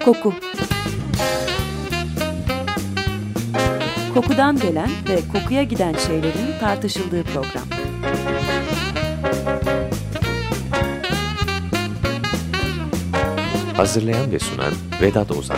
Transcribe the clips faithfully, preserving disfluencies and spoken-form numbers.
Koku. Kokudan gelen ve kokuya giden şeylerin tartışıldığı program. Hazırlayan ve sunan Vedat Ozan.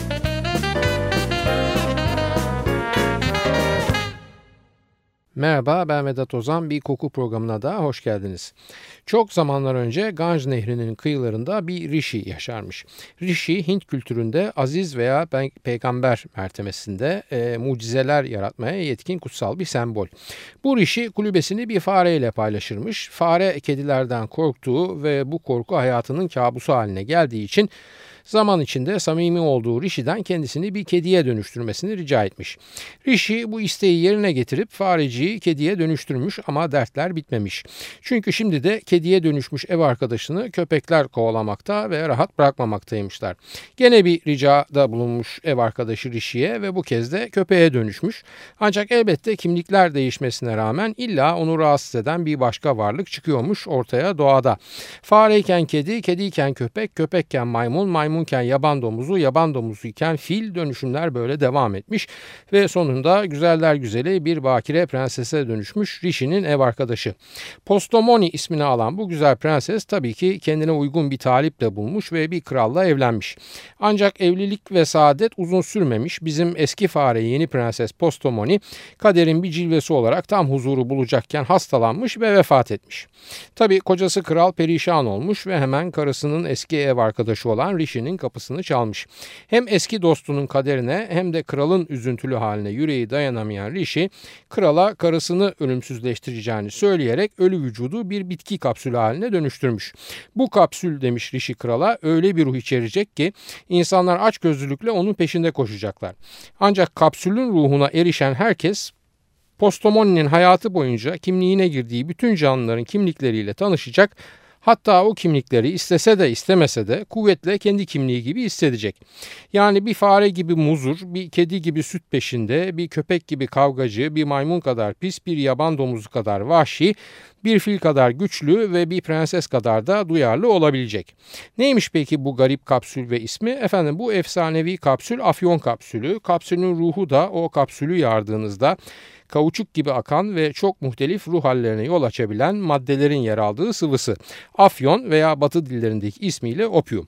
Merhaba, ben Vedat Ozan. Bir koku programına da hoş geldiniz. Çok zamanlar önce Ganj Nehri'nin kıyılarında bir rishi yaşarmış. Rishi, Hint kültüründe aziz veya pe- peygamber mertebesinde e, mucizeler yaratmaya yetkin kutsal bir sembol. Bu rishi kulübesini bir fareyle paylaşırmış. Fare kedilerden korktuğu ve bu korku hayatının kabusu haline geldiği için zaman içinde samimi olduğu Rishi'den kendisini bir kediye dönüştürmesini rica etmiş. Rishi bu isteği yerine getirip fareciyi kediye dönüştürmüş ama dertler bitmemiş. Çünkü şimdi de kediye dönüşmüş ev arkadaşını köpekler kovalamakta ve rahat bırakmamaktaymışlar. Gene bir ricada bulunmuş ev arkadaşı Rishi'ye ve bu kez de köpeğe dönüşmüş. Ancak elbette kimlikler değişmesine rağmen illa onu rahatsız eden bir başka varlık çıkıyormuş ortaya doğada. Fareyken kedi, kediyken köpek, köpekken maymun, maymun Maymunken yaban domuzu, yaban domuzuyken fil, dönüşümler böyle devam etmiş ve sonunda güzeller güzeli bir bakire prensese dönüşmüş Rishi'nin ev arkadaşı. Postomoni ismini alan bu güzel prenses tabii ki kendine uygun bir taliple bulmuş ve bir kralla evlenmiş. Ancak evlilik ve saadet uzun sürmemiş. Bizim eski fare yeni prenses Postomoni kaderin bir cilvesi olarak tam huzuru bulacakken hastalanmış ve vefat etmiş. Tabii kocası kral perişan olmuş ve hemen karısının eski ev arkadaşı olan Rishi'nin kapısını çalmış. Hem eski dostunun kaderine hem de kralın üzüntülü haline yüreği dayanamayan Rishi, krala karısını ölümsüzleştireceğini söyleyerek ölü vücudu bir bitki kapsülü haline dönüştürmüş. Bu kapsül demiş Rishi krala öyle bir ruh içerecek ki insanlar açgözlülükle onun peşinde koşacaklar. Ancak kapsülün ruhuna erişen herkes Postomoni'nin hayatı boyunca kimliğine girdiği bütün canlıların kimlikleriyle tanışacak. Hatta o kimlikleri istese de istemese de kuvvetle kendi kimliği gibi hissedecek. Yani bir fare gibi muzur, bir kedi gibi süt peşinde, bir köpek gibi kavgacı, bir maymun kadar pis, bir yaban domuzu kadar vahşi, bir fil kadar güçlü ve bir prenses kadar da duyarlı olabilecek. Neymiş peki bu garip kapsül ve ismi? Efendim bu efsanevi kapsül afyon kapsülü. Kapsülün ruhu da o kapsülü yardığınızda kauçuk gibi akan ve çok muhtelif ruh hallerine yol açabilen maddelerin yer aldığı sıvısı. Afyon veya Batı dillerindeki ismiyle opium.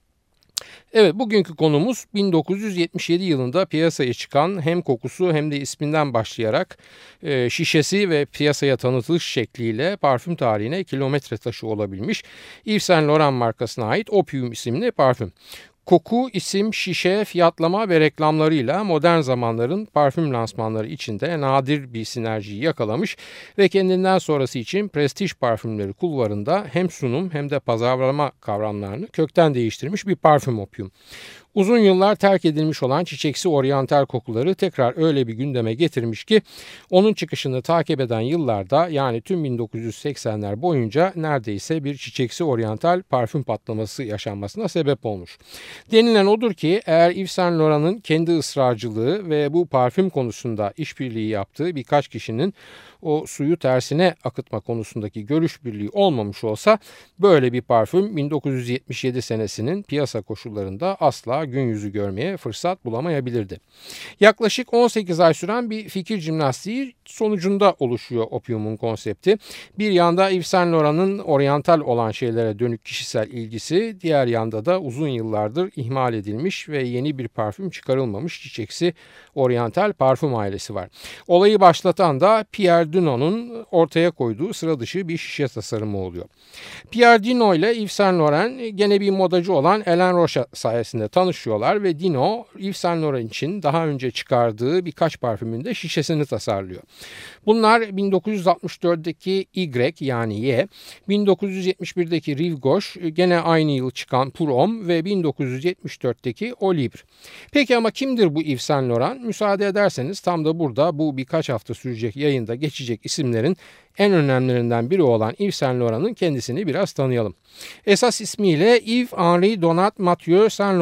Evet, bugünkü konumuz bin dokuz yüz yetmiş yedi yılında piyasaya çıkan hem kokusu hem de isminden başlayarak e, şişesi ve piyasaya tanıtılış şekliyle parfüm tarihine kilometre taşı olabilmiş Yves Saint Laurent markasına ait Opium isimli parfüm. Koku, isim, şişe, fiyatlama ve reklamlarıyla modern zamanların parfüm lansmanları içinde nadir bir sinerjiyi yakalamış ve kendinden sonrası için prestij parfümleri kulvarında hem sunum hem de pazarlama kavramlarını kökten değiştirmiş bir parfüm Opium. Uzun yıllar terk edilmiş olan çiçeksi oryantal kokuları tekrar öyle bir gündeme getirmiş ki onun çıkışını takip eden yıllarda yani tüm bin dokuz yüz seksenler boyunca neredeyse bir çiçeksi oryantal parfüm patlaması yaşanmasına sebep olmuş. Denilen odur ki eğer Yves Saint Laurent'ın kendi ısrarcılığı ve bu parfüm konusunda işbirliği yaptığı birkaç kişinin o suyu tersine akıtma konusundaki görüş birliği olmamış olsa böyle bir parfüm bin dokuz yüz yetmiş yedi senesinin piyasa koşullarında asla gün yüzü görmeye fırsat bulamayabilirdi. Yaklaşık on sekiz ay süren bir fikir jimnastiği sonucunda oluşuyor Opium'un konsepti. Bir yanda Yves Saint Laurent'ın oryantal olan şeylere dönük kişisel ilgisi, diğer yanda da uzun yıllardır ihmal edilmiş ve yeni bir parfüm çıkarılmamış çiçeksi oryantal parfüm ailesi var. Olayı başlatan da Pierre Dunot'un ortaya koyduğu sıra dışı bir şişe tasarımı oluyor. Pierre Dunot ile Yves Saint Laurent gene bir modacı olan Alain Roche sayesinde tanışıyorlar ve Dunot Yves Saint Laurent için daha önce çıkardığı birkaç parfümün de şişesini tasarlıyor. Bunlar bin dokuz yüz altmış dörtteki Y yani Y, bin dokuz yüz yetmiş birdeki Rive Gauche, gene aynı yıl çıkan Pour Homme ve bin dokuz yüz yetmiş dörtteki Eau Libre. Peki ama kimdir bu Yves Saint Laurent? Müsaade ederseniz tam da burada bu birkaç hafta sürecek yayında geçecek isimlerin en önemlilerinden biri olan Yves Saint Laurent'ın kendisini biraz tanıyalım. Esas ismiyle Yves Henri Donat Mathieu Saint Laurent.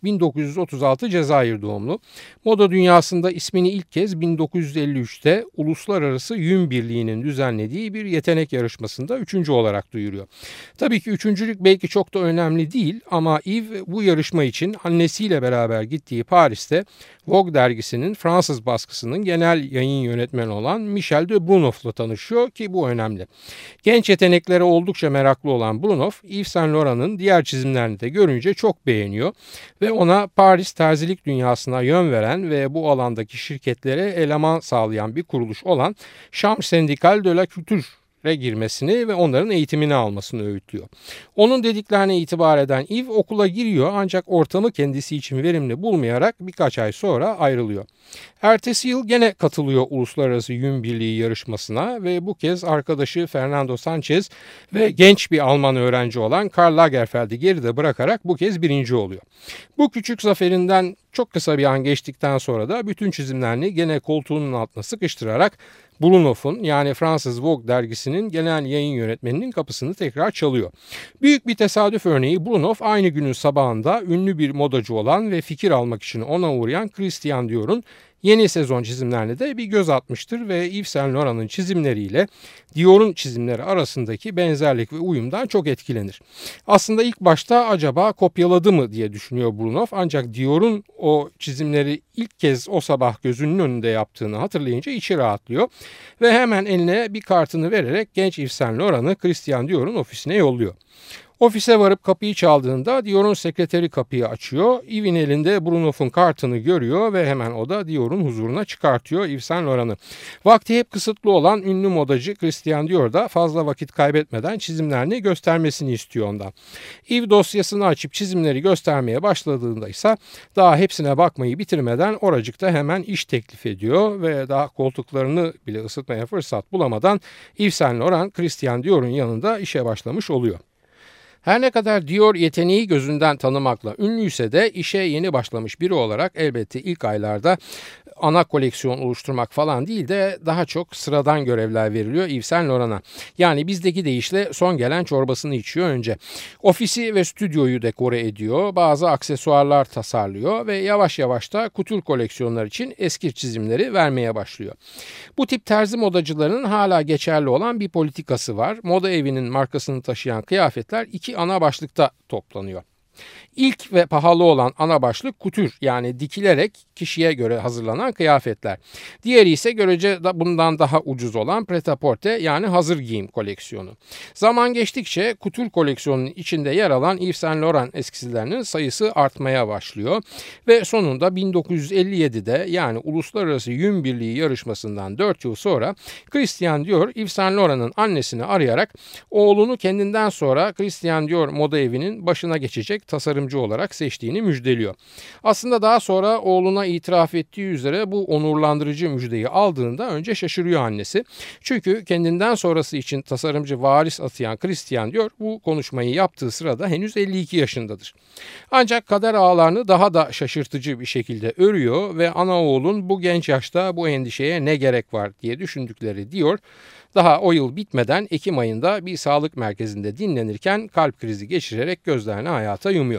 bin dokuz yüz otuz altı Cezayir doğumlu. Moda dünyasında ismini ilk kez bin dokuz yüz elli üçte Uluslararası Yün Birliği'nin düzenlediği bir yetenek yarışmasında üçüncü olarak duyuruyor. Tabii ki üçüncülük belki çok da önemli değil ama Yves bu yarışma için annesiyle beraber gittiği Paris'te Vogue dergisinin Fransız baskısının genel yayın yönetmeni olan Michel de Bonoff'la tanışıyor ki bu önemli. Genç yeteneklere oldukça meraklı olan Bonoff, Yves Saint Laurent'ın diğer çizimlerini de görünce çok beğeniyor ve ona Paris terzilik dünyasına yön veren ve bu alandaki şirketlere eleman sağlayan bir kuruluş olan Chambre Syndicale de la Couture girmesini ve onların eğitimini almasını öğütlüyor. Onun dediklerine itibar eden Yves okula giriyor ancak ortamı kendisi için verimli bulmayarak birkaç ay sonra ayrılıyor. Ertesi yıl gene katılıyor Uluslararası Yün Birliği yarışmasına ve bu kez arkadaşı Fernando Sanchez ve genç bir Alman öğrenci olan Karl Lagerfeld'i geride bırakarak bu kez birinci oluyor. Bu küçük zaferinden çok kısa bir an geçtikten sonra da bütün çizimlerini gene koltuğunun altına sıkıştırarak Blunoff'un yani Fransız Vogue dergisinin genel yayın yönetmeninin kapısını tekrar çalıyor. Büyük bir tesadüf örneği Blunoff aynı günün sabahında ünlü bir modacı olan ve fikir almak için ona uğrayan Christian Dior'un yeni sezon çizimlerine de bir göz atmıştır ve Yves Saint Laurent'ın çizimleriyle Dior'un çizimleri arasındaki benzerlik ve uyumdan çok etkilenir. Aslında ilk başta acaba kopyaladı mı diye düşünüyor Blunoff ancak Dior'un o çizimleri ilk kez o sabah gözünün önünde yaptığını hatırlayınca içi rahatlıyor ve hemen eline bir kartını vererek genç Yves Saint Laurent'ı Christian Dior'un ofisine yolluyor. Ofise varıp kapıyı çaldığında Dior'un sekreteri kapıyı açıyor. Yves'in elinde Blunoff'un kartını görüyor ve hemen o da Dior'un huzuruna çıkartıyor Yves Saint Laurent'ı. Vakti hep kısıtlı olan ünlü modacı Christian Dior da fazla vakit kaybetmeden çizimlerini göstermesini istiyor ondan. Yves dosyasını açıp çizimleri göstermeye başladığında ise daha hepsine bakmayı bitirmeden oracıkta hemen iş teklif ediyor ve daha koltuklarını bile ısıtmaya fırsat bulamadan Yves Saint Laurent Christian Dior'un yanında işe başlamış oluyor. Her ne kadar Dior yeteneği gözünden tanımakla ünlüyse de işe yeni başlamış biri olarak elbette ilk aylarda ana koleksiyon oluşturmak falan değil de daha çok sıradan görevler veriliyor Yves Saint Laurent'a. Yani bizdeki deyişle son gelen çorbasını içiyor önce. Ofisi ve stüdyoyu dekore ediyor, bazı aksesuarlar tasarlıyor ve yavaş yavaş da kutur koleksiyonlar için eski çizimleri vermeye başlıyor. Bu tip terzi modacılarının hala geçerli olan bir politikası var. Moda evinin markasını taşıyan kıyafetler iki ana başlıkta toplanıyor. İlk ve pahalı olan ana başlık kutür yani dikilerek kişiye göre hazırlanan kıyafetler. Diğeri ise görece bundan daha ucuz olan pret-à-porter yani hazır giyim koleksiyonu. Zaman geçtikçe kutur koleksiyonunun içinde yer alan Yves Saint Laurent eskizlerinin sayısı artmaya başlıyor ve sonunda bin dokuz yüz elli yedide yani Uluslararası Yün Birliği yarışmasından dört yıl sonra Christian Dior Yves Saint Laurent'ın annesini arayarak oğlunu kendinden sonra Christian Dior moda evinin başına geçecek tasarımcı olarak seçtiğini müjdeliyor. Aslında daha sonra oğluna itiraf ettiği üzere bu onurlandırıcı müjdeyi aldığında önce şaşırıyor annesi. Çünkü kendinden sonrası için tasarımcı varis atayan Christian Dior bu konuşmayı yaptığı sırada henüz elli iki yaşındadır. Ancak kader ağlarını daha da şaşırtıcı bir şekilde örüyor ve ana oğlun bu genç yaşta bu endişeye ne gerek var diye düşündükleri Dior daha o yıl bitmeden Ekim ayında bir sağlık merkezinde dinlenirken kalp krizi geçirerek gözlerini hayata yumuyor.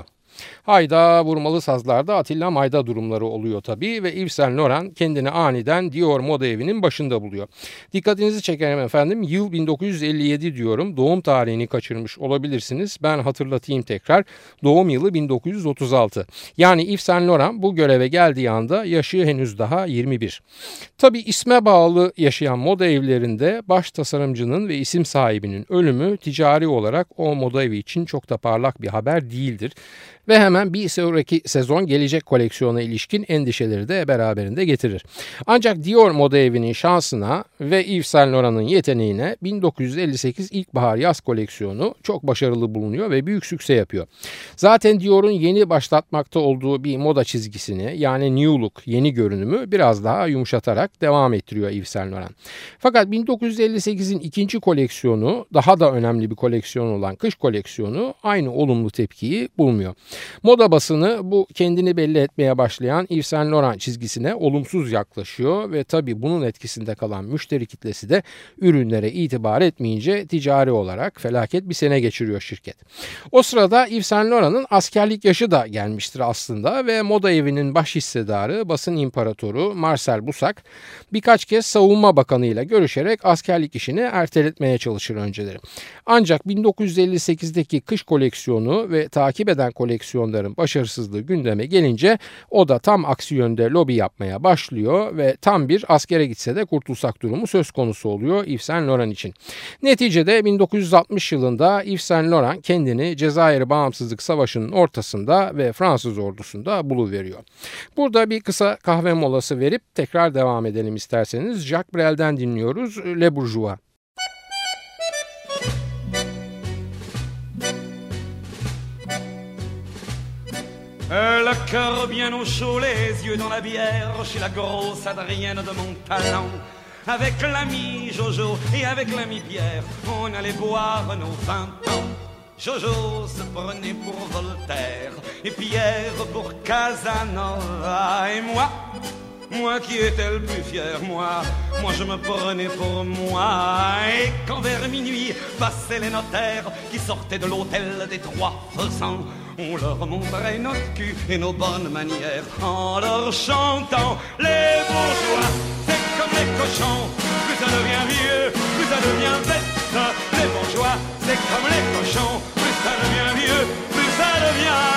Hayda vurmalı sazlarda Atilla Mayda durumları oluyor tabii ve Yves Saint Laurent kendini aniden Dior moda evinin başında buluyor. Dikkatinizi çekerim efendim, yıl bin dokuz yüz elli yedi diyorum, doğum tarihini kaçırmış olabilirsiniz. Ben hatırlatayım tekrar, doğum yılı bin dokuz yüz otuz altı. Yani Yves Saint Laurent bu göreve geldiği anda yaşı henüz daha yirmi bir. Tabii isme bağlı yaşayan moda evlerinde baş tasarımcının ve isim sahibinin ölümü ticari olarak o moda evi için çok da parlak bir haber değildir. Ve hemen bir sonraki sezon gelecek koleksiyona ilişkin endişeleri de beraberinde getirir. Ancak Dior moda evinin şansına ve Yves Saint Laurent'ın yeteneğine bin dokuz yüz elli sekiz ilkbahar yaz koleksiyonu çok başarılı bulunuyor ve büyük sükse yapıyor. Zaten Dior'un yeni başlatmakta olduğu bir moda çizgisini yani New Look yeni görünümü biraz daha yumuşatarak devam ettiriyor Yves Saint Laurent. Fakat bin dokuz yüz elli sekizin ikinci koleksiyonu daha da önemli bir koleksiyon olan kış koleksiyonu aynı olumlu tepkiyi bulmuyor. Moda basını bu kendini belli etmeye başlayan Yves Saint Laurent çizgisine olumsuz yaklaşıyor ve tabii bunun etkisinde kalan müşteri kitlesi de ürünlere itibar etmeyince ticari olarak felaket bir sene geçiriyor şirket. O sırada Yves Saint Laurent'ın askerlik yaşı da gelmiştir aslında ve moda evinin baş hissedarı basın imparatoru Marcel Boussac birkaç kez savunma bakanı ile görüşerek askerlik işini erteletmeye çalışır önceleri. Ancak bin dokuz yüz elli sekizdeki kış koleksiyonu ve takip eden koleksiyonların başarısızlığı gündeme gelince o da tam aksi yönde lobi yapmaya başlıyor ve tam bir askere gitse de kurtulsak durumu söz konusu oluyor Yves Saint Laurent için. Neticede bin dokuz yüz altmış yılında Yves Saint Laurent kendini Cezayir Bağımsızlık Savaşı'nın ortasında ve Fransız ordusunda buluveriyor. Burada bir kısa kahve molası verip tekrar devam edelim isterseniz. Jacques Brel'den dinliyoruz Les Bourgeois. Euh, le cœur bien au chaud, les yeux dans la bière, chez la grosse Adrienne de mon talent. Avec l'ami Jojo et avec l'ami Pierre, on allait boire nos vingt ans. Jojo se prenait pour Voltaire et Pierre pour Casanova. Et moi, moi qui étais le plus fier, moi, moi je me prenais pour moi. Et quand vers minuit passaient les notaires qui sortaient de l'hôtel des Trois Faisans, on leur montrait notre cul et nos bonnes manières en leur chantant les bourgeois, c'est comme les cochons, plus ça devient vieux, plus ça devient bête. Les bourgeois, c'est comme les cochons, plus ça devient vieux, plus ça devient.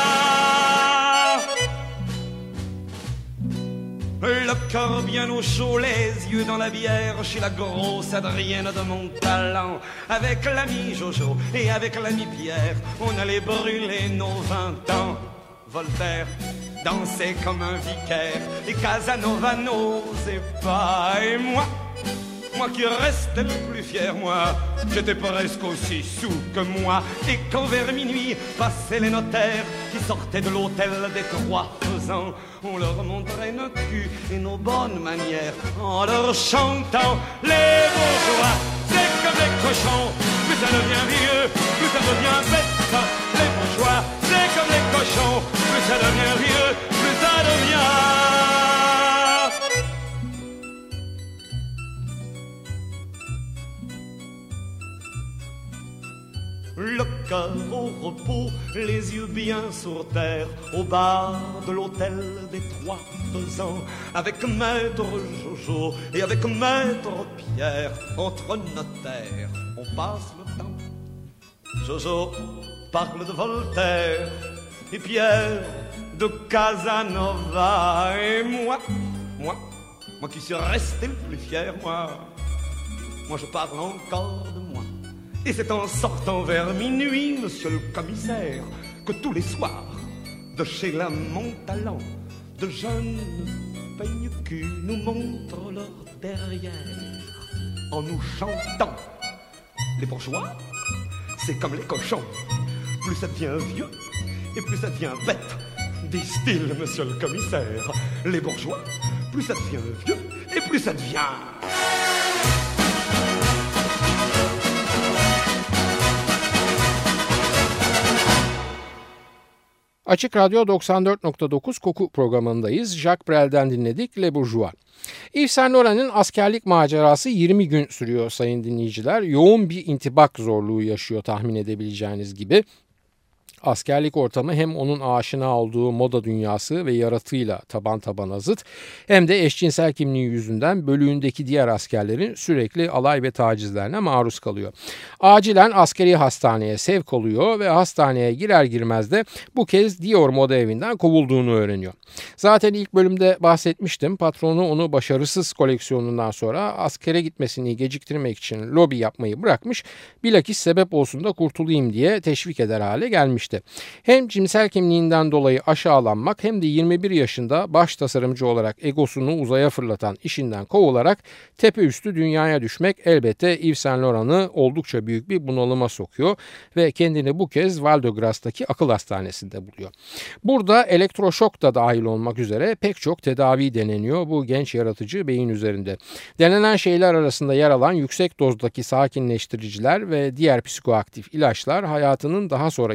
Le cœur bien au chaud, les yeux dans la bière, chez la grosse Adrienne de mon talent. Avec l'ami Jojo et avec l'ami Pierre, on allait brûler nos vingt ans. Voltaire dansait comme un vicaire et Casanova n'osait pas. Et moi, moi qui restais le plus fier, moi, j'étais presque aussi sous que moi. Et quand vers minuit passaient les notaires qui sortaient de l'hôtel des Trois Faisans, on leur montrait notre cul et nos bonnes manières en leur chantant les bourgeois, c'est comme les cochons, plus ça devient vieux, plus ça devient bête. Les bourgeois, c'est comme les cochons, plus ça devient vieux, plus ça devient. Le cœur au repos, les yeux bien sur terre, au bar de l'hôtel des Trois Faisans, avec maître Jojo et avec maître Pierre, entre notaires, on passe le temps. Jojo parle de Voltaire et Pierre de Casanova. Et moi, moi, moi qui suis resté le plus fier, moi, moi je parle encore de moi. Et c'est en sortant vers minuit, monsieur le commissaire, que tous les soirs, de chez la Montalent, de jeunes peigne-cul nous montrent leur derrière, en nous chantant. Les bourgeois, c'est comme les cochons, plus ça devient vieux, et plus ça devient bête, disent-ils, monsieur le commissaire. Les bourgeois, plus ça devient vieux, et plus ça devient... Açık Radyo doksan dört nokta dokuz Koku programındayız. Jacques Brel'den dinledik Les Bourgeois. Yves Saint Laurent'ın askerlik macerası yirmi gün sürüyor sayın dinleyiciler. Yoğun bir intibak zorluğu yaşıyor tahmin edebileceğiniz gibi. Askerlik ortamı hem onun aşina olduğu moda dünyası ve yaratığıyla taban tabana zıt, hem de eşcinsel kimliği yüzünden bölüğündeki diğer askerlerin sürekli alay ve tacizlerine maruz kalıyor. Acilen askeri hastaneye sevk oluyor ve hastaneye girer girmez de bu kez Dior moda evinden kovulduğunu öğreniyor. Zaten ilk bölümde bahsetmiştim. Patronu onu başarısız koleksiyonundan sonra askere gitmesini geciktirmek için lobi yapmayı bırakmış, bilakis sebep olsun da kurtulayım diye teşvik eder hale gelmişti. Hem cinsel kimliğinden dolayı aşağılanmak hem de yirmi bir yaşında baş tasarımcı olarak egosunu uzaya fırlatan işinden kovularak tepe üstü dünyaya düşmek elbette Yves Saint Laurent'ı oldukça büyük bir bunalıma sokuyor ve kendini bu kez Val de Grâce'daki akıl hastanesinde buluyor. Burada elektroşok da dahil olmak üzere pek çok tedavi deneniyor bu genç yaratıcı beyin üzerinde. Denenen şeyler arasında yer alan yüksek dozdaki sakinleştiriciler ve diğer psikoaktif ilaçlar hayatının daha sonraki dönemlerinde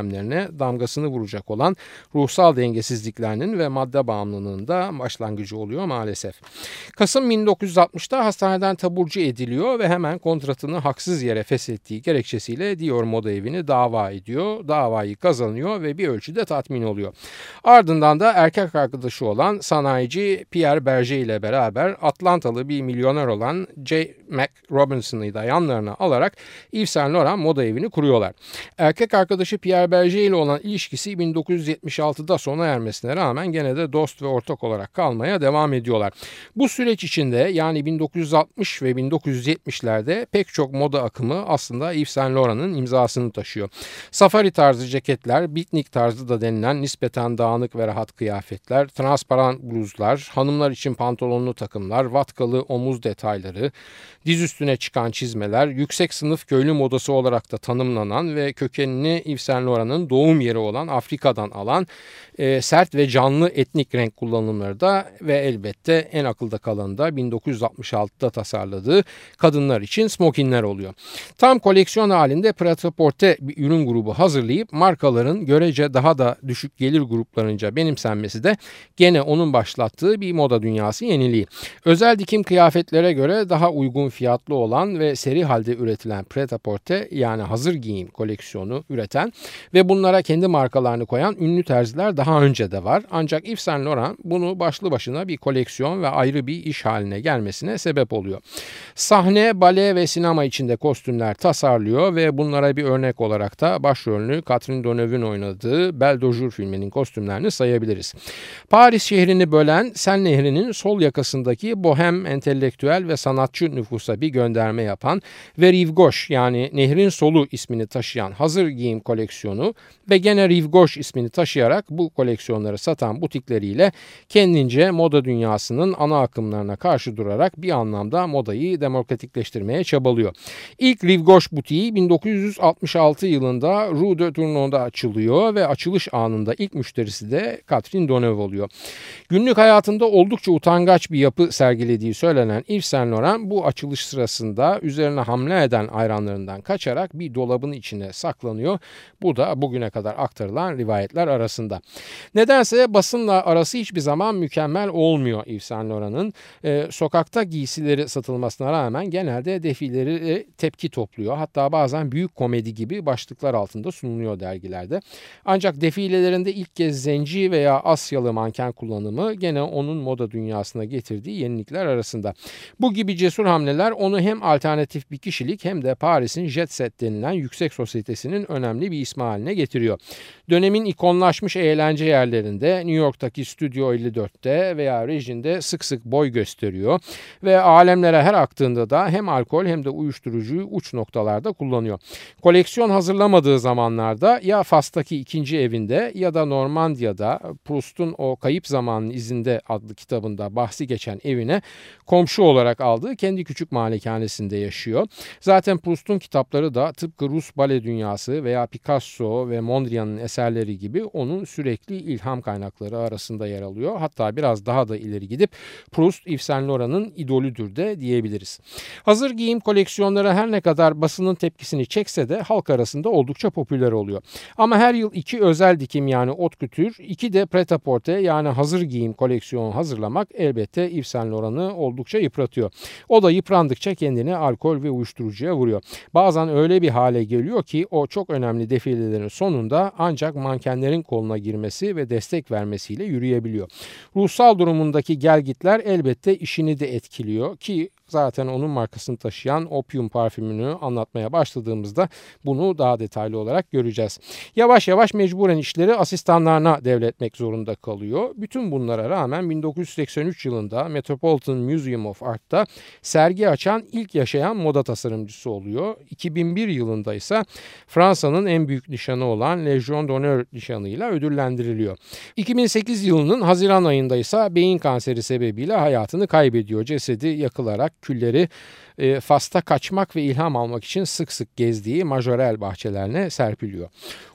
eylemlerine damgasını vuracak olan ruhsal dengesizliklerinin ve madde bağımlılığının da başlangıcı oluyor maalesef. Kasım bin dokuz yüz altmışta hastaneden taburcu ediliyor ve hemen kontratını haksız yere feshettiği gerekçesiyle Dior moda evini dava ediyor. Davayı kazanıyor ve bir ölçüde tatmin oluyor. Ardından da erkek arkadaşı olan sanayici Pierre Berger ile beraber Atlantalı bir milyoner olan J. Mac Robinson'ı da yanlarına alarak Yves Saint Laurent moda evini kuruyorlar. Erkek arkadaşı Pierre Berger ile olan ilişkisi bin dokuz yüz yetmiş altıda sona ermesine rağmen gene de dost ve ortak olarak kalmaya devam ediyorlar. Bu süreç içinde yani bin dokuz yüz altmış ve bin dokuz yüz yetmişlerde pek çok moda akımı aslında Yves Saint Laurent'ın imzasını taşıyor. Safari tarzı ceketler, beatnik tarzı da denilen nispeten dağınık ve rahat kıyafetler, transparan bluzlar, hanımlar için pantolonlu takımlar, vatkalı omuz detayları, diz üstüne çıkan çizmeler, yüksek sınıf köylü modası olarak da tanımlanan ve kökenini Yves Saint Laurent'ın doğum yeri olan Afrika'dan alan e, sert ve canlı etnik renk kullanımları da ve elbette en akılda kalanı da bin dokuz yüz altmış altıda tasarladığı kadınlar için smokinler oluyor. Tam koleksiyon halinde Pret-a-Porter bir ürün grubu hazırlayıp markaların görece daha da düşük gelir gruplarınca benimsenmesi de gene onun başlattığı bir moda dünyası yeniliği. Özel dikim kıyafetlere göre daha uygun fiyatlı olan ve seri halde üretilen Pret-a-Porter yani hazır giyim koleksiyonu üreten ve bunlara kendi markalarını koyan ünlü terziler daha önce de var. Ancak Yves Saint Laurent bunu başlı başına bir koleksiyon ve ayrı bir iş haline gelmesine sebep oluyor. Sahne, bale ve sinema içinde kostümler tasarlıyor ve bunlara bir örnek olarak da başrolünü Catherine Deneuve'ün oynadığı Belle de Jour filminin kostümlerini sayabiliriz. Paris şehrini bölen Sen Nehri'nin sol yakasındaki bohem, entelektüel ve sanatçı nüfusa bir gönderme yapan ve Rive Gauche yani Nehrin Solu ismini taşıyan hazır giyim koleksiyonu ve gene Rive Gauche ismini taşıyarak bu koleksiyonları satan butikleriyle kendince moda dünyasının ana akımlarına karşı durarak bir anlamda modayı demokratikleştirmeye çabalıyor. İlk Rive Gauche butiği bin dokuz yüz altmış altı yılında Rue de Tournon'da açılıyor ve açılış anında ilk müşterisi de Catherine Deneuve oluyor. Günlük hayatında oldukça utangaç bir yapı sergilediği söylenen Yves Saint Laurent bu açılış sırasında üzerine hamle eden hayranlarından kaçarak bir dolabın içine saklanıyor. Bu da bugüne kadar aktarılan rivayetler arasında. Nedense basınla arası hiçbir zaman mükemmel olmuyor Yves Saint Laurent'ın. Ee, sokakta giysileri satılmasına rağmen genelde defileri tepki topluyor. Hatta bazen büyük komedi gibi başlıklar altında sunuluyor dergilerde. Ancak defilelerinde ilk kez zenci veya Asyalı manken kullanımı gene onun moda dünyasına getirdiği yenilikler arasında. Bu gibi cesur hamleler onu hem alternatif bir kişilik hem de Paris'in jet set denilen yüksek sosyetesinin önemli bir ismi haline getiriyor. Dönemin ikonlaşmış eğlence yerlerinde New York'taki Stüdyo elli dörtte veya Regine'de sık sık boy gösteriyor ve alemlere her aktığında da hem alkol hem de uyuşturucuyu uç noktalarda kullanıyor. Koleksiyon hazırlamadığı zamanlarda ya Fas'taki ikinci evinde ya da Normandiya'da Proust'un o Kayıp Zamanın İzinde adlı kitabında bahsi geçen evine komşu olarak aldığı kendi küçük malikanesinde yaşıyor. Zaten Proust'un kitapları da tıpkı Rus bale dünyası veya Picasso ve Mondrian'ın eserleri gibi onun sürekli ilham kaynakları arasında yer alıyor. Hatta biraz daha da ileri gidip Proust Yves Saint Laurent'ın idolüdür de diyebiliriz. Hazır giyim koleksiyonları her ne kadar basının tepkisini çekse de halk arasında oldukça popüler oluyor. Ama her yıl iki özel dikim yani haute couture, iki de pret-à-porter yani hazır giyim koleksiyonu hazırlamak elbette Yves Saint Laurent'ı oldukça yıpratıyor. O da yıprandıkça kendini alkol ve uyuşturucuya vuruyor. Bazen öyle bir hale geliyor ki o çok önemli defilelerin sonunda ancak mankenlerin koluna girmesi ve destek vermesiyle yürüyebiliyor. Ruhsal durumundaki gelgitler elbette işini de etkiliyor ki zaten onun markasını taşıyan Opium parfümünü anlatmaya başladığımızda bunu daha detaylı olarak göreceğiz. Yavaş yavaş mecburen işleri asistanlarına devretmek zorunda kalıyor. Bütün bunlara rağmen bin dokuz yüz seksen üç yılında Metropolitan Museum of Art'ta sergi açan ilk yaşayan moda tasarımcısı oluyor. iki bin bir yılında ise Fransa'nın en büyük nişanı olan Légion d'honneur nişanıyla ödüllendiriliyor. iki bin sekiz yılının Haziran ayında ise beyin kanseri sebebiyle hayatını kaybediyor. Cesedi yakılarak külleri e, Fas'ta kaçmak ve ilham almak için sık sık gezdiği Majorel bahçelerine serpiliyor.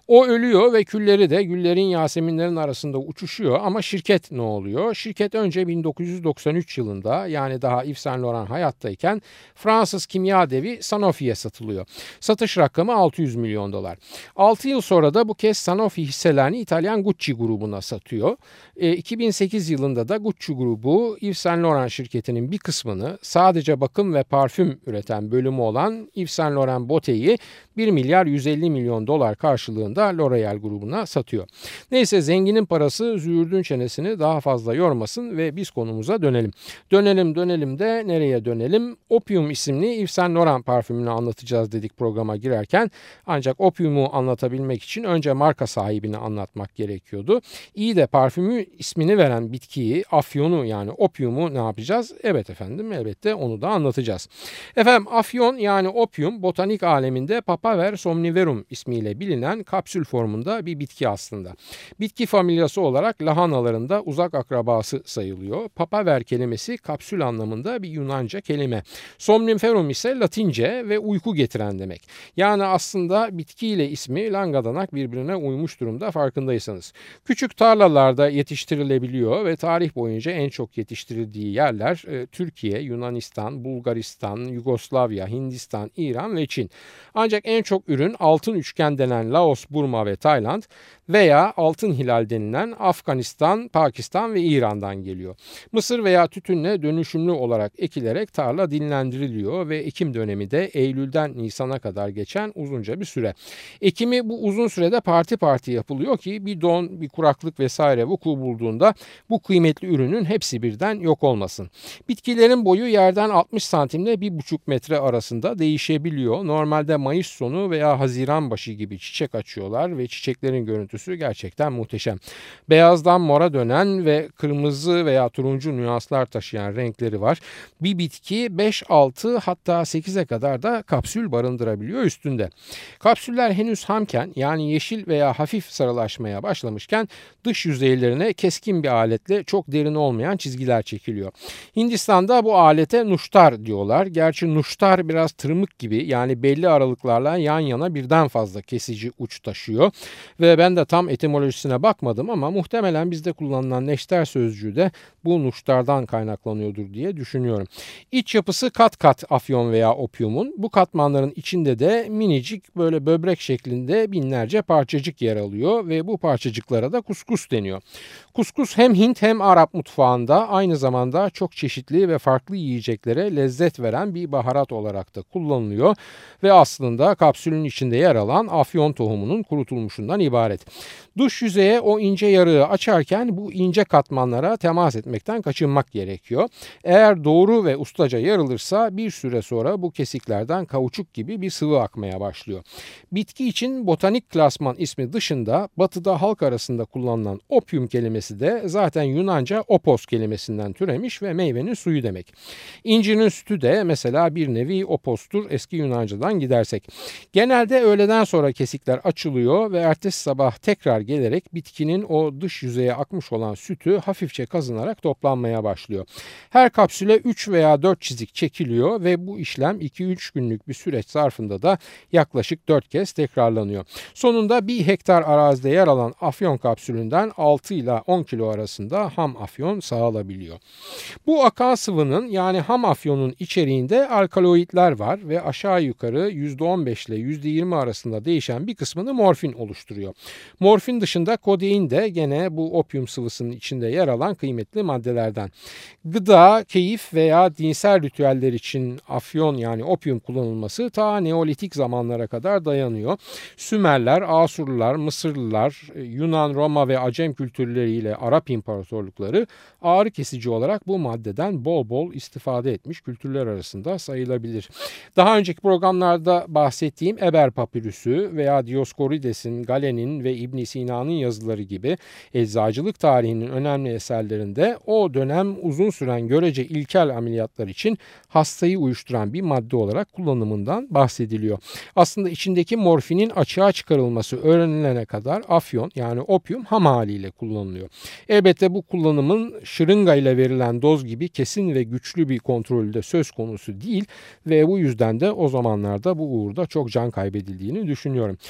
O ölüyor ve külleri de güllerin, yaseminlerin arasında uçuşuyor ama şirket ne oluyor? Şirket önce bin dokuz yüz doksan üç yılında, yani daha Yves Saint Laurent hayattayken Fransız kimya devi Sanofi'ye satılıyor. Satış rakamı altı yüz milyon dolar. altı yıl sonra da bu kez Sanofi hisselerini İtalyan Gucci grubuna satıyor. E, iki bin sekiz yılında da Gucci grubu Yves Saint Laurent şirketinin bir kısmını, sadece bakım ve parfüm üreten bölümü olan Yves Saint Laurent Beauté'yi bir milyar yüz elli milyon dolar karşılığında L'Oréal grubuna satıyor. Neyse, zenginin parası züğürdün çenesini daha fazla yormasın ve biz konumuza dönelim. Dönelim dönelim de nereye dönelim? Opium isimli Yves Saint Laurent parfümünü anlatacağız dedik programa girerken. Ancak opiumu anlatabilmek için önce marka sahibini anlatmak gerekiyordu. İyi de parfümü ismini veren bitkiyi, afyonu yani opiumu ne yapacağız? Evet efendim, elbette onu da anlatacağız. Efendim, afyon yani opium botanik aleminde Papaver somniferum ismiyle bilinen kapsül formunda bir bitki aslında. Bitki familyası olarak lahanalarında uzak akrabası sayılıyor. Papaver kelimesi kapsül anlamında bir Yunanca kelime. Somniferum ise Latince ve uyku getiren demek. Yani aslında bitkiyle ismi langadanak birbirine uymuş durumda, farkındaysanız. Küçük tarlalarda yetiştirilebiliyor ve tarih boyunca en çok yetiştirildiği yerler e, Türkiye, Yunanistan, Bulgaristan, Yugoslavya, Hindistan, İran ve Çin. Ancak en çok ürün altın üçgen denen Laos, Burma ve Tayland veya altın hilal denilen Afganistan, Pakistan ve İran'dan geliyor. Mısır veya tütünle dönüşümlü olarak ekilerek tarla dinlendiriliyor ve ekim dönemi de Eylül'den Nisan'a kadar geçen uzunca bir süre. Ekimi bu uzun sürede parti parti yapılıyor ki bir don, bir kuraklık vesaire vuku bulduğunda bu kıymetli ürünün hepsi birden yok olmasın. Bitkilerin boyu yerden altmış santimle bir buçuk metre arasında değişebiliyor. Normalde Mayıs sonu veya Haziran başı gibi çiçek açıyorlar ve çiçeklerin görüntüsü gerçekten muhteşem. Beyazdan mora dönen ve kırmızı veya turuncu nüanslar taşıyan renkleri var. Bir bitki beş altı hatta sekize kadar da kapsül barındırabiliyor üstünde. Kapsüller henüz hamken, yani yeşil veya hafif sarılaşmaya başlamışken dış yüzeylerine keskin bir aletle çok derin olmayan çizgiler çekiliyor. Hindistan'da bu alete nuştar diyorlar. Gerçi nuştar biraz tırmık gibi, yani belli aralıklarla yan yana birden fazla kesici uç taşıyor. Ve ben de tam etimolojisine bakmadım ama muhtemelen bizde kullanılan neşter sözcüğü de bu nuştardan kaynaklanıyordur diye düşünüyorum. İç yapısı kat kat afyon veya opiumun. Bu katmanların içinde de minicik böyle böbrek şeklinde binlerce parçacık yer alıyor ve bu parçacıklara da kuskus deniyor. Kuskus hem Hint hem Arap mutfağında aynı zamanda çok çeşitli ve farklı yiyeceklere lezzet veren bir baharat olarak da kullanılıyor ve aslında kapsülün içinde yer alan afyon tohumunun kurutulmuşundan ibaret. Dış yüzeye o ince yarığı açarken bu ince katmanlara temas etmekten kaçınmak gerekiyor. Eğer doğru ve ustaca yarılırsa bir süre sonra bu kesiklerden kauçuk gibi bir sıvı akmaya başlıyor. Bitki için botanik klasman ismi dışında batıda halk arasında kullanılan opium kelimesi de zaten Yunanca opos kelimesinden türemiş ve meyvenin suyu demek. İncinin sütü de mesela bir nevi opostur eski Yunancadan gidersek. Genelde öğleden sonra kesikler açılıyor ve ertesi sabah tekrar gelerek bitkinin o dış yüzeye akmış olan sütü hafifçe kazınarak toplanmaya başlıyor. Her kapsüle üç veya dört çizik çekiliyor ve bu işlem iki üç günlük bir süreç zarfında da yaklaşık dört kez tekrarlanıyor. Sonunda bir hektar arazide yer alan afyon kapsülünden altı ile on kilo arasında ham afyon sağılabiliyor. Bu akan sıvının, yani ham afyonun içeriğinde alkaloidler var ve aşağı yukarı yüzde on beş ile yüzde yirmi arasında değişen bir kısmını morfin oluşturuyor. Morfin dışında kodein de gene bu opium sıvısının içinde yer alan kıymetli maddelerden. Gıda, keyif veya dinsel ritüeller için afyon yani opium kullanılması ta Neolitik zamanlara kadar dayanıyor. Sümerler, Asurlular, Mısırlılar, Yunan, Roma ve Acem kültürleriyle Arap imparatorlukları ağrı kesici olarak bu maddeden bol bol istifade etmiş kültürler arasında sayılabilir. Daha önceki programlarda bahsettiğim Eber papirüsü veya Dioscorides'in, Galen'in ve İbn Sina'nın yazıları gibi eczacılık tarihinin önemli eserlerinde o dönem uzun süren görece ilkel ameliyatlar için hastayı uyuşturan bir madde olarak kullanımından bahsediliyor. Aslında içindeki morfinin açığa çıkarılması öğrenilene kadar afyon yani opium ham haliyle kullanılıyor. Elbette bu kullanımın şırınga ile verilen doz gibi kesin ve güçlü bir kontrolü de söz konusu değil ve bu yüzden de o zamanlarda bu uğurda çok can kaybedildiğini düşünüyorum. Çünkü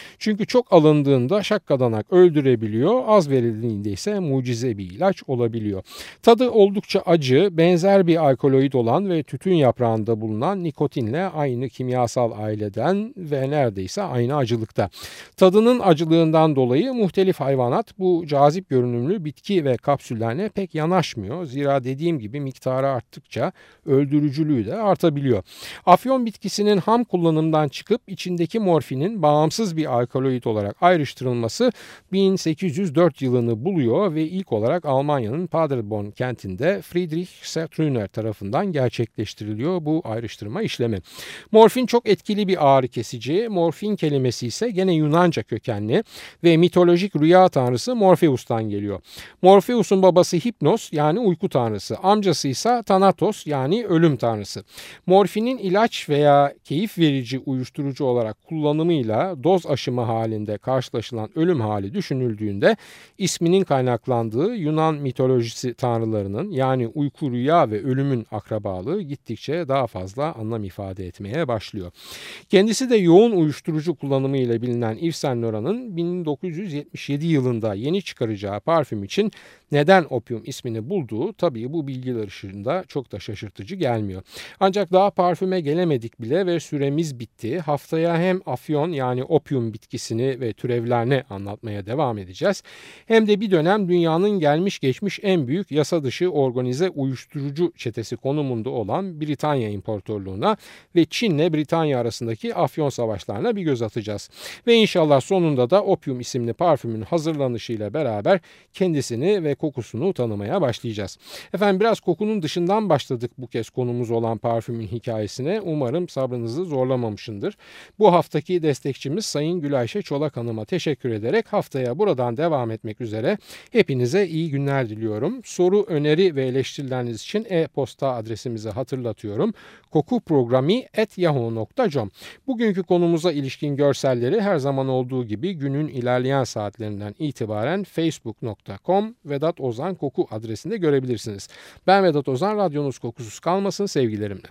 Tadı çok alındığında şakkadanak öldürebiliyor, az verildiğinde ise mucize bir ilaç olabiliyor. Tadı oldukça acı, benzer bir alkaloid olan ve tütün yaprağında bulunan nikotinle aynı kimyasal aileden ve neredeyse aynı acılıkta. Tadının acılığından dolayı muhtelif hayvanat bu cazip görünümlü bitki ve kapsüllerine pek yanaşmıyor. Zira dediğim gibi miktarı arttıkça öldürücülüğü de artabiliyor. Afyon bitkisinin ham kullanımdan çıkıp içindeki morfinin bağımsız bir alkaloid olarak ayrıştırılması bin sekiz yüz dört yılını buluyor ve ilk olarak Almanya'nın Paderborn kentinde Friedrich Sertrüner tarafından gerçekleştiriliyor bu ayrıştırma işlemi. Morfin çok etkili bir ağrı kesici. Morfin kelimesi ise gene Yunanca kökenli ve mitolojik rüya tanrısı Morpheus'tan geliyor. Morpheus'un babası Hipnos yani uyku tanrısı, amcası ise Thanatos yani ölüm tanrısı. Morfinin ilaç veya keyif verici uyuşturucu olarak kullanımıyla doz aşımı halinde karşılaşılan ölüm hali düşünüldüğünde isminin kaynaklandığı Yunan mitolojisi tanrılarının yani uyku, rüya ve ölümün akrabalığı gittikçe daha fazla anlam ifade etmeye başlıyor. Kendisi de yoğun uyuşturucu kullanımı ile bilinen Yves Saint Laurent'ın bin dokuz yüz yetmiş yedi yılında yeni çıkaracağı parfüm için neden opium ismini bulduğu tabii bu bilgiler ışığında çok da şaşırtıcı gelmiyor. Ancak daha parfüme gelemedik bile ve süremiz bitti. Haftaya hem afyon yani opium bitkisini ve türevlerini anlatmaya devam edeceğiz. Hem de bir dönem dünyanın gelmiş geçmiş en büyük yasa dışı organize uyuşturucu çetesi konumunda olan Britanya İmparatorluğu'na ve Çin'le Britanya arasındaki afyon savaşlarına bir göz atacağız. Ve inşallah sonunda da opium isimli parfümün hazırlanışıyla beraber kendisini ve kokusunu tanımaya başlayacağız. Efendim biraz kokunun dışından başladık bu kez konumuz olan parfümün hikayesine. Umarım sabrınızı zorlamamışımdır. Bu haftaki destekçimiz Sayın Gülayşe Çolak Hanım'a teşekkür ederek haftaya buradan devam etmek üzere hepinize iyi günler diliyorum. Soru, öneri ve eleştirileriniz için e-posta adresimizi hatırlatıyorum. kokuprogrami at yahoo nokta com. Bugünkü konumuza ilişkin görselleri her zaman olduğu gibi günün ilerleyen saatlerinden itibaren facebook nokta com Vedat Ozan Koku adresinde görebilirsiniz. Ben Vedat Ozan, radyonuz kokusuz kalmasın sevgilerimle.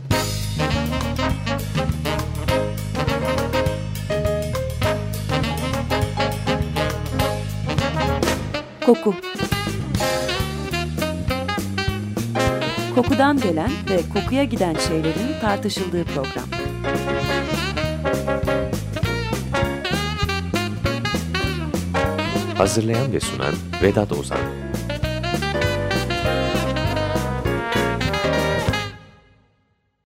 Koku. Kokudan gelen ve kokuya giden şeylerin tartışıldığı program. Hazırlayan ve sunan Vedat Ozan.